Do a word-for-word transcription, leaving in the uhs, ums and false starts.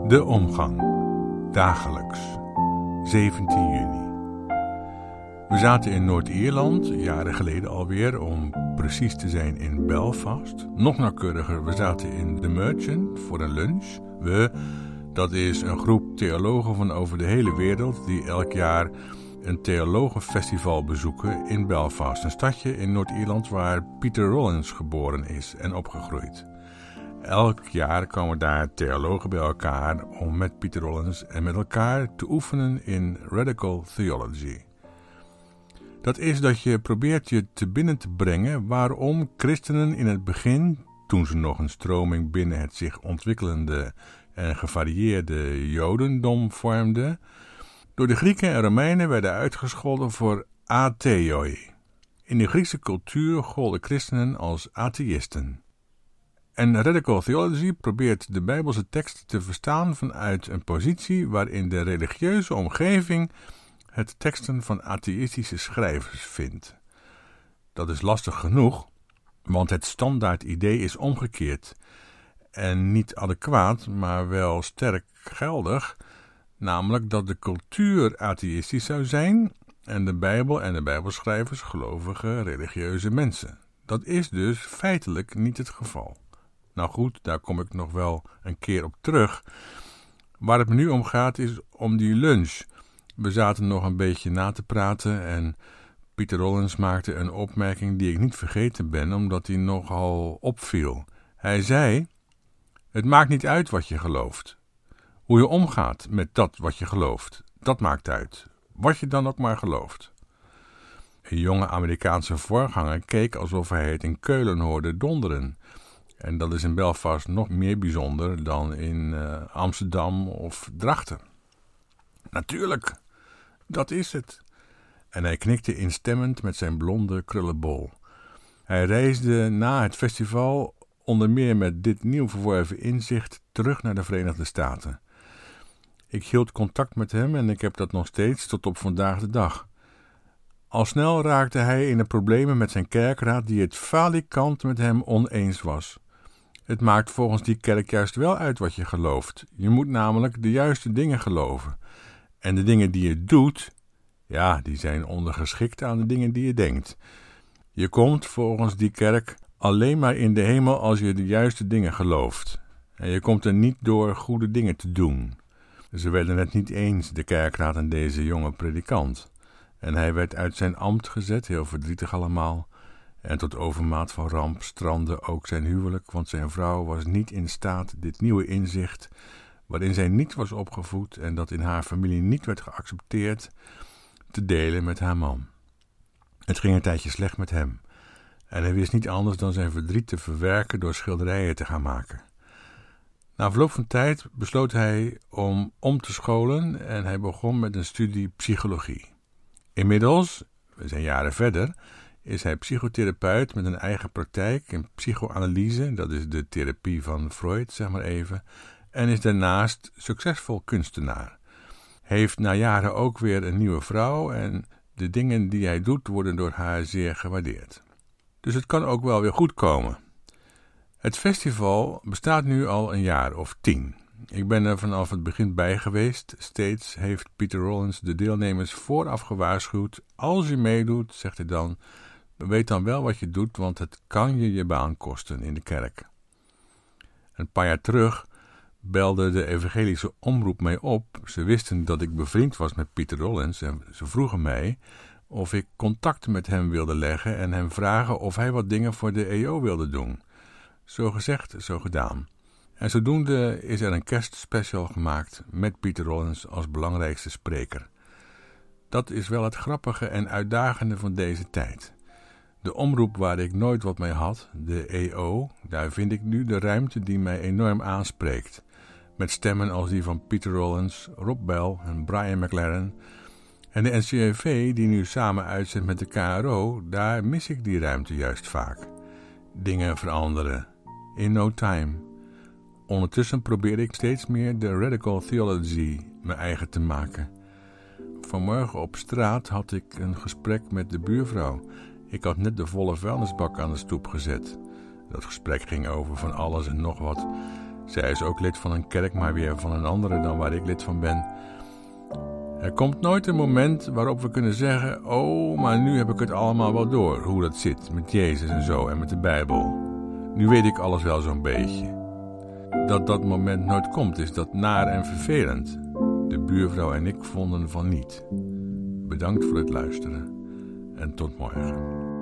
De omgang. Dagelijks. zeventien juni. We zaten in Noord-Ierland, jaren geleden alweer, om precies te zijn in Belfast. Nog nauwkeuriger, we zaten in The Merchant voor een lunch. We, dat is een groep theologen van over de hele wereld die elk jaar een theologenfestival bezoeken in Belfast. Een stadje in Noord-Ierland waar Peter Rollins geboren is en opgegroeid. Elk jaar komen daar theologen bij elkaar om met Peter Rollins en met elkaar te oefenen in Radical Theology. Dat is dat je probeert je te binnen te brengen waarom christenen in het begin, toen ze nog een stroming binnen het zich ontwikkelende en gevarieerde jodendom vormden, door de Grieken en Romeinen werden uitgescholden voor atheoi. In de Griekse cultuur golden christenen als atheïsten. En Radical Theology probeert de Bijbelse tekst te verstaan vanuit een positie waarin de religieuze omgeving het teksten van atheïstische schrijvers vindt. Dat is lastig genoeg, want het standaard idee is omgekeerd en niet adequaat, maar wel sterk geldig, namelijk dat de cultuur atheïstisch zou zijn en de Bijbel en de Bijbelschrijvers gelovige religieuze mensen. Dat is dus feitelijk niet het geval. Nou goed, daar kom ik nog wel een keer op terug. Waar het me nu om gaat is om die lunch. We zaten nog een beetje na te praten en Peter Rollins maakte een opmerking die ik niet vergeten ben, omdat die nogal opviel. Hij zei, het maakt niet uit wat je gelooft. Hoe je omgaat met dat wat je gelooft, dat maakt uit. Wat je dan ook maar gelooft. Een jonge Amerikaanse voorganger keek alsof hij het in Keulen hoorde donderen. En dat is in Belfast nog meer bijzonder dan in uh, Amsterdam of Drachten. Natuurlijk, dat is het. En hij knikte instemmend met zijn blonde krullenbol. Hij reisde na het festival onder meer met dit nieuw verworven inzicht terug naar de Verenigde Staten. Ik hield contact met hem en ik heb dat nog steeds tot op vandaag de dag. Al snel raakte hij in de problemen met zijn kerkraad die het falikant met hem oneens was. Het maakt volgens die kerk juist wel uit wat je gelooft. Je moet namelijk de juiste dingen geloven. En de dingen die je doet, ja, die zijn ondergeschikt aan de dingen die je denkt. Je komt volgens die kerk alleen maar in de hemel als je de juiste dingen gelooft. En je komt er niet door goede dingen te doen. Ze werden het niet eens, de kerkraad en deze jonge predikant. En hij werd uit zijn ambt gezet, heel verdrietig allemaal. En tot overmaat van ramp strandde ook zijn huwelijk, want zijn vrouw was niet in staat dit nieuwe inzicht, waarin zij niet was opgevoed en dat in haar familie niet werd geaccepteerd, te delen met haar man. Het ging een tijdje slecht met hem. En hij wist niet anders dan zijn verdriet te verwerken door schilderijen te gaan maken. Na verloop van tijd besloot hij om om te scholen en hij begon met een studie psychologie. Inmiddels, we zijn jaren verder, is hij psychotherapeut met een eigen praktijk in psychoanalyse, dat is de therapie van Freud, zeg maar even, en is daarnaast succesvol kunstenaar. Heeft na jaren ook weer een nieuwe vrouw en de dingen die hij doet worden door haar zeer gewaardeerd. Dus het kan ook wel weer goed komen. Het festival bestaat nu al een jaar of tien. Ik ben er vanaf het begin bij geweest. Steeds heeft Peter Rollins de deelnemers vooraf gewaarschuwd. Als je meedoet, zegt hij dan, weet dan wel wat je doet, want het kan je je baan kosten in de kerk. Een paar jaar terug belde de evangelische omroep mij op. Ze wisten dat ik bevriend was met Peter Rollins en ze vroegen mij of ik contact met hem wilde leggen en hem vragen of hij wat dingen voor de E O wilde doen. Zo gezegd, zo gedaan. En zodoende is er een kerstspecial gemaakt met Peter Rollins als belangrijkste spreker. Dat is wel het grappige en uitdagende van deze tijd. De omroep waar ik nooit wat mee had, de E O, daar vind ik nu de ruimte die mij enorm aanspreekt. Met stemmen als die van Peter Rollins, Rob Bell en Brian McLaren. En de N C R V die nu samen uitzendt met de K R O, daar mis ik die ruimte juist vaak. Dingen veranderen. In no time. Ondertussen probeer ik steeds meer de Radical Theology mijn eigen te maken. Vanmorgen op straat had ik een gesprek met de buurvrouw. Ik had net de volle vuilnisbak aan de stoep gezet. Dat gesprek ging over van alles en nog wat. Zij is ook lid van een kerk, maar weer van een andere dan waar ik lid van ben. Er komt nooit een moment waarop we kunnen zeggen, oh, maar nu heb ik het allemaal wel door, hoe dat zit met Jezus en zo en met de Bijbel. Nu weet ik alles wel zo'n beetje. Dat dat moment nooit komt, is dat naar en vervelend. De buurvrouw en ik vonden van niet. Bedankt voor het luisteren en tot morgen.